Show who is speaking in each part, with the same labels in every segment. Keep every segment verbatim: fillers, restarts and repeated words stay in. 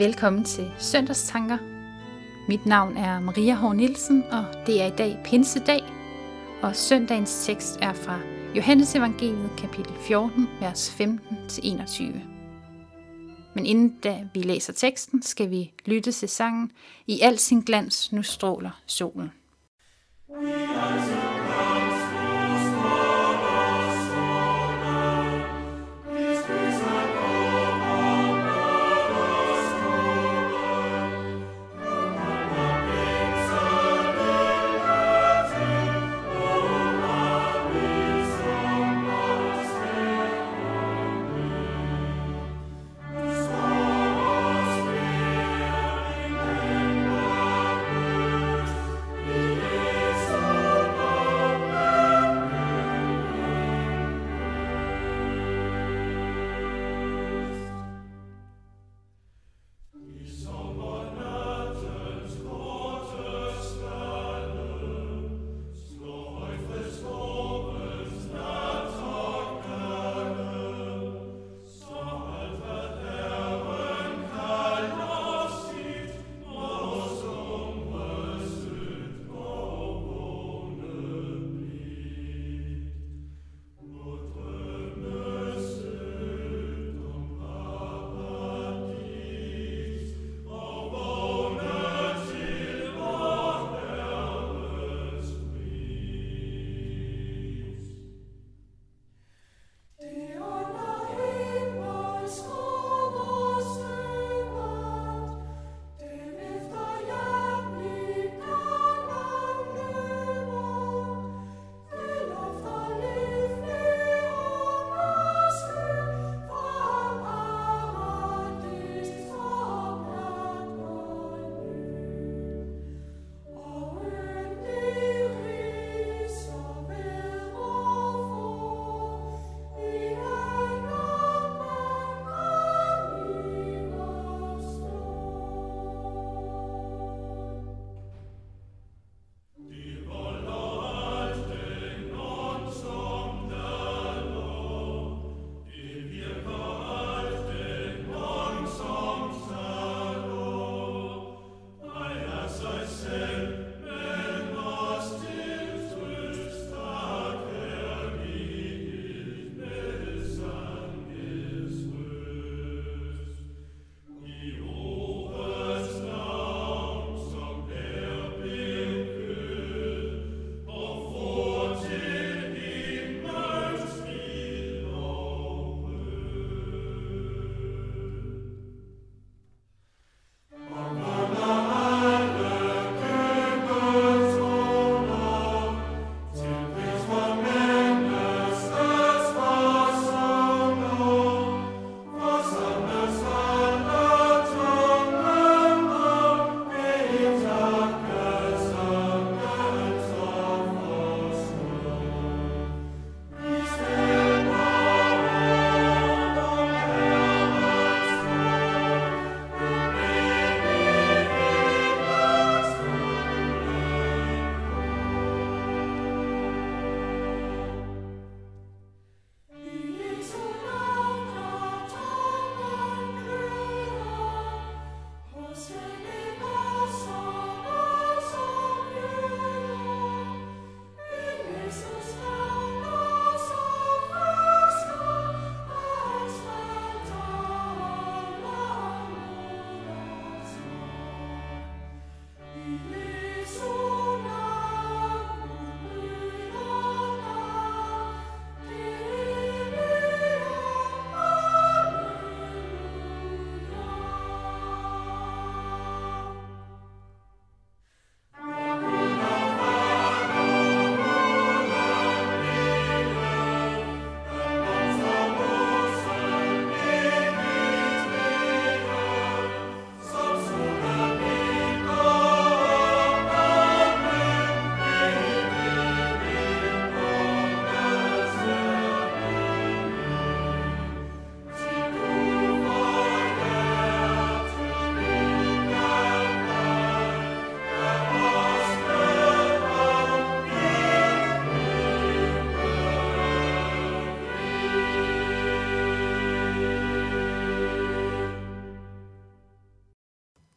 Speaker 1: Velkommen til Søndagstanker. Mit navn er Maria Hår Nielsen, og det er i dag Pinsedag, og søndagens tekst er fra Johannes Evangeliet, kapitel fjorten, vers femten til enogtyve. Men inden da vi læser teksten, skal vi lytte til sangen I al sin glans, nu stråler solen.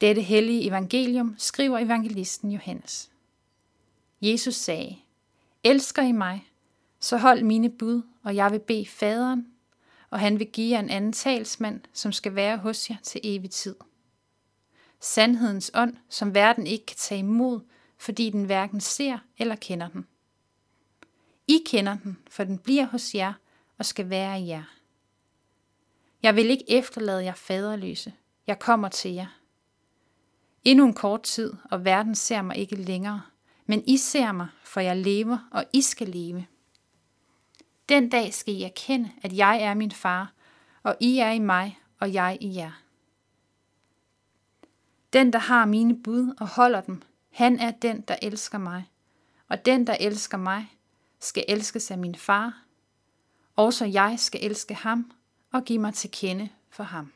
Speaker 1: Dette hellige evangelium skriver evangelisten Johannes. Jesus sagde, elsker I mig, så hold mine bud, og jeg vil bede faderen, og han vil give jer en anden talsmand, som skal være hos jer til evig tid. Sandhedens ånd, som verden ikke kan tage imod, fordi den hverken ser eller kender den. I kender den, for den bliver hos jer og skal være i jer. Jeg vil ikke efterlade jer faderløse. Jeg kommer til jer. Endnu en kort tid, og verden ser mig ikke længere, men I ser mig, for jeg lever, og I skal leve. Den dag skal I erkende, at jeg er min far, og I er i mig, og jeg i jer. Den, der har mine bud og holder dem, han er den, der elsker mig. Og den, der elsker mig, skal elskes af min far. Også jeg skal elske ham og give mig til kende for ham.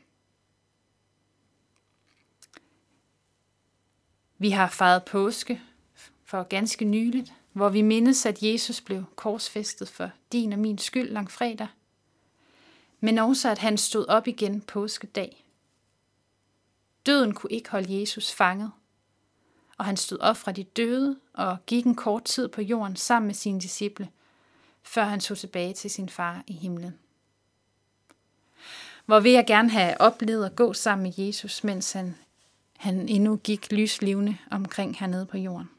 Speaker 1: Vi har fejret påske for ganske nyligt, hvor vi mindes, at Jesus blev korsfæstet for din og min skyld langfredag, men også at han stod op igen påskedag. Døden kunne ikke holde Jesus fanget, og han stod op fra de døde og gik en kort tid på jorden sammen med sine disciple, før han tog tilbage til sin far i himlen. Hvor vil jeg gerne have oplevet at gå sammen med Jesus, mens han, han endnu gik lyslevende omkring hernede på jorden.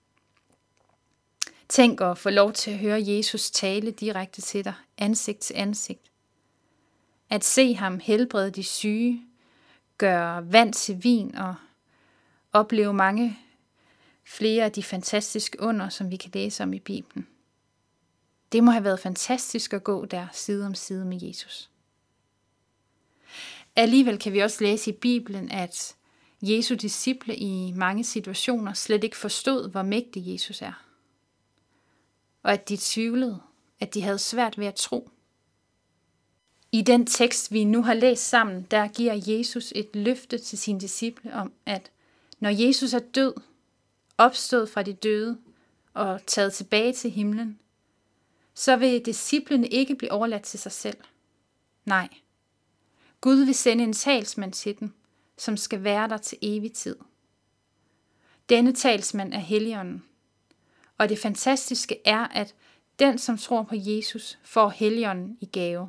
Speaker 1: Tænk at få lov til at høre Jesus tale direkte til dig, ansigt til ansigt. At se ham helbrede de syge, gøre vand til vin og opleve mange flere af de fantastiske under, som vi kan læse om i Bibelen. Det må have været fantastisk at gå der side om side med Jesus. Alligevel kan vi også læse i Bibelen, at Jesu disciple i mange situationer slet ikke forstod, hvor mægtig Jesus er. Og at de tvivlede, at de havde svært ved at tro. I den tekst, vi nu har læst sammen, der giver Jesus et løfte til sine disciple om, at når Jesus er død, opstået fra de døde og taget tilbage til himlen, så vil disciplene ikke blive overladt til sig selv. Nej, Gud vil sende en talsmand til dem, som skal være der til evig tid. Denne talsmand er Helligånden, og det fantastiske er, at den, som tror på Jesus, får Helligånden i gave.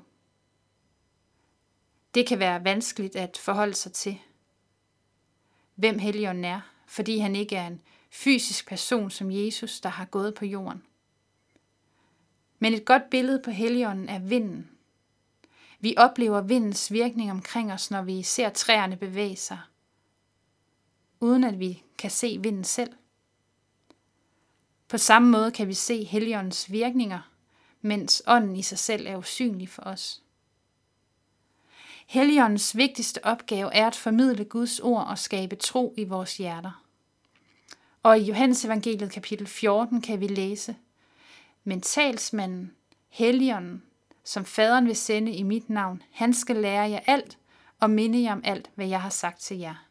Speaker 1: Det kan være vanskeligt at forholde sig til, hvem Helligånden er, fordi han ikke er en fysisk person som Jesus, der har gået på jorden. Men et godt billede på Helligånden er vinden. Vi oplever vindens virkning omkring os, når vi ser træerne bevæge sig, uden at vi kan se vinden selv. På samme måde kan vi se Helligåndens virkninger, mens ånden i sig selv er usynlig for os. Helligåndens vigtigste opgave er at formidle Guds ord og skabe tro i vores hjerter. Og i Johannes evangeliet kapitel fjorten kan vi læse, men talsmanden, Helligånden, som faderen vil sende i mit navn, han skal lære jer alt og minde jer om alt, hvad jeg har sagt til jer.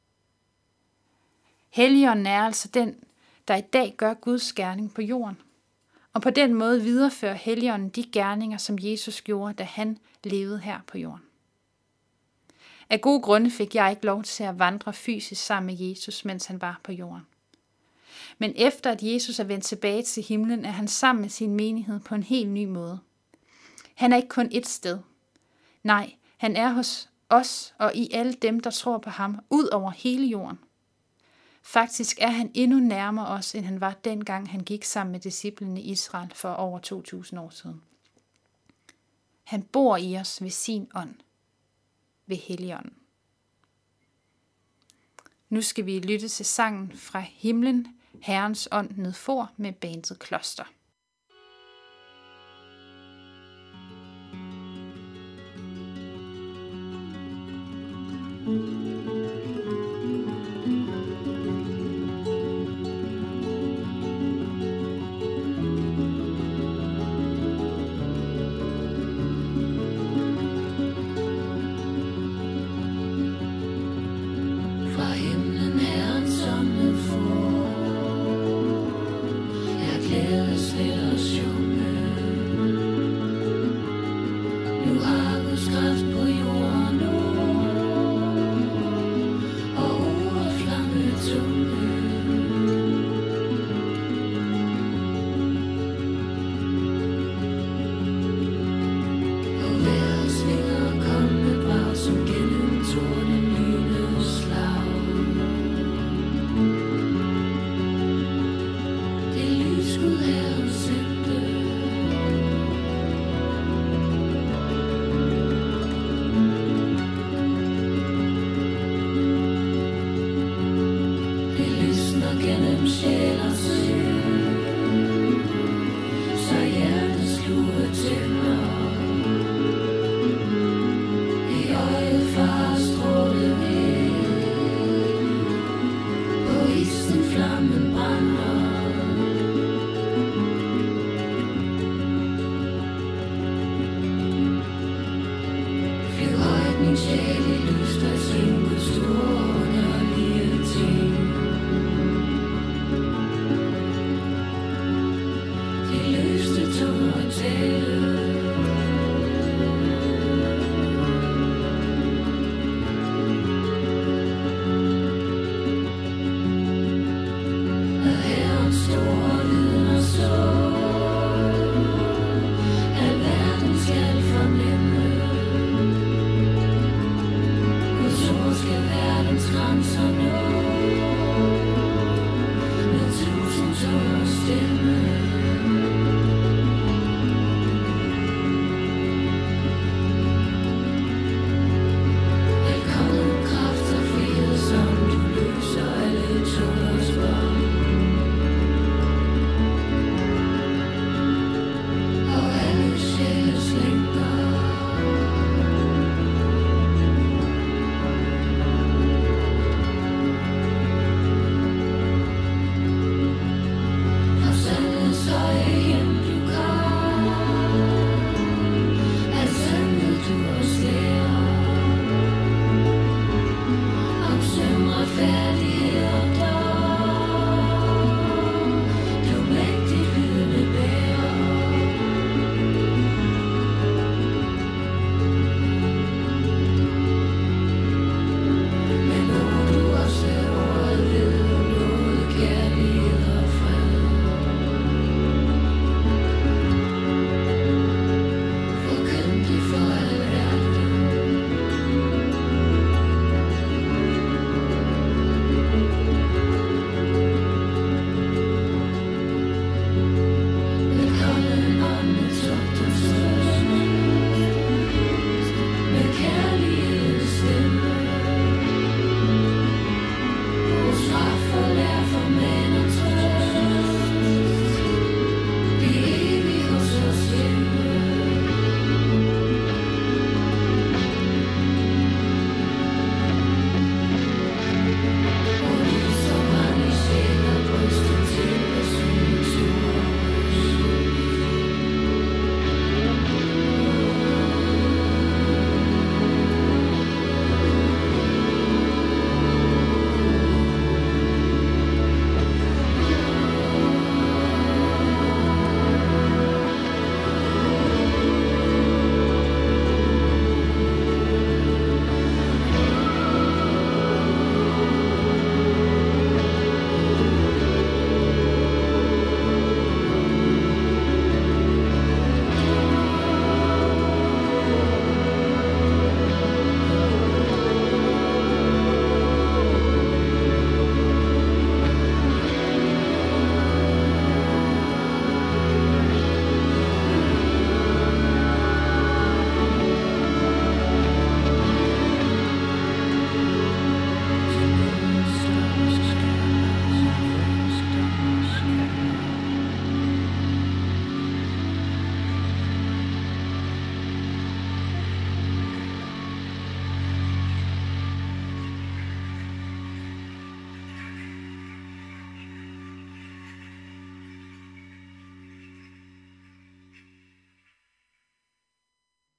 Speaker 1: Helligånden er altså den, der i dag gør Guds gerning på jorden. Og på den måde viderefører Helligånden de gerninger, som Jesus gjorde, da han levede her på jorden. Af gode grunde fik jeg ikke lov til at vandre fysisk sammen med Jesus, mens han var på jorden. Men efter at Jesus er vendt tilbage til himlen, er han sammen med sin menighed på en helt ny måde. Han er ikke kun et sted. Nej, han er hos os og i alle dem, der tror på ham, ud over hele jorden. Faktisk er han endnu nærmere os, end han var dengang, han gik sammen med disciplene i Israel for over to tusind år siden. Han bor i os ved sin ånd, ved Helligånden. Nu skal vi lytte til sangen fra himlen, Herrens ånd nedfor med bandet Kloster. Mm.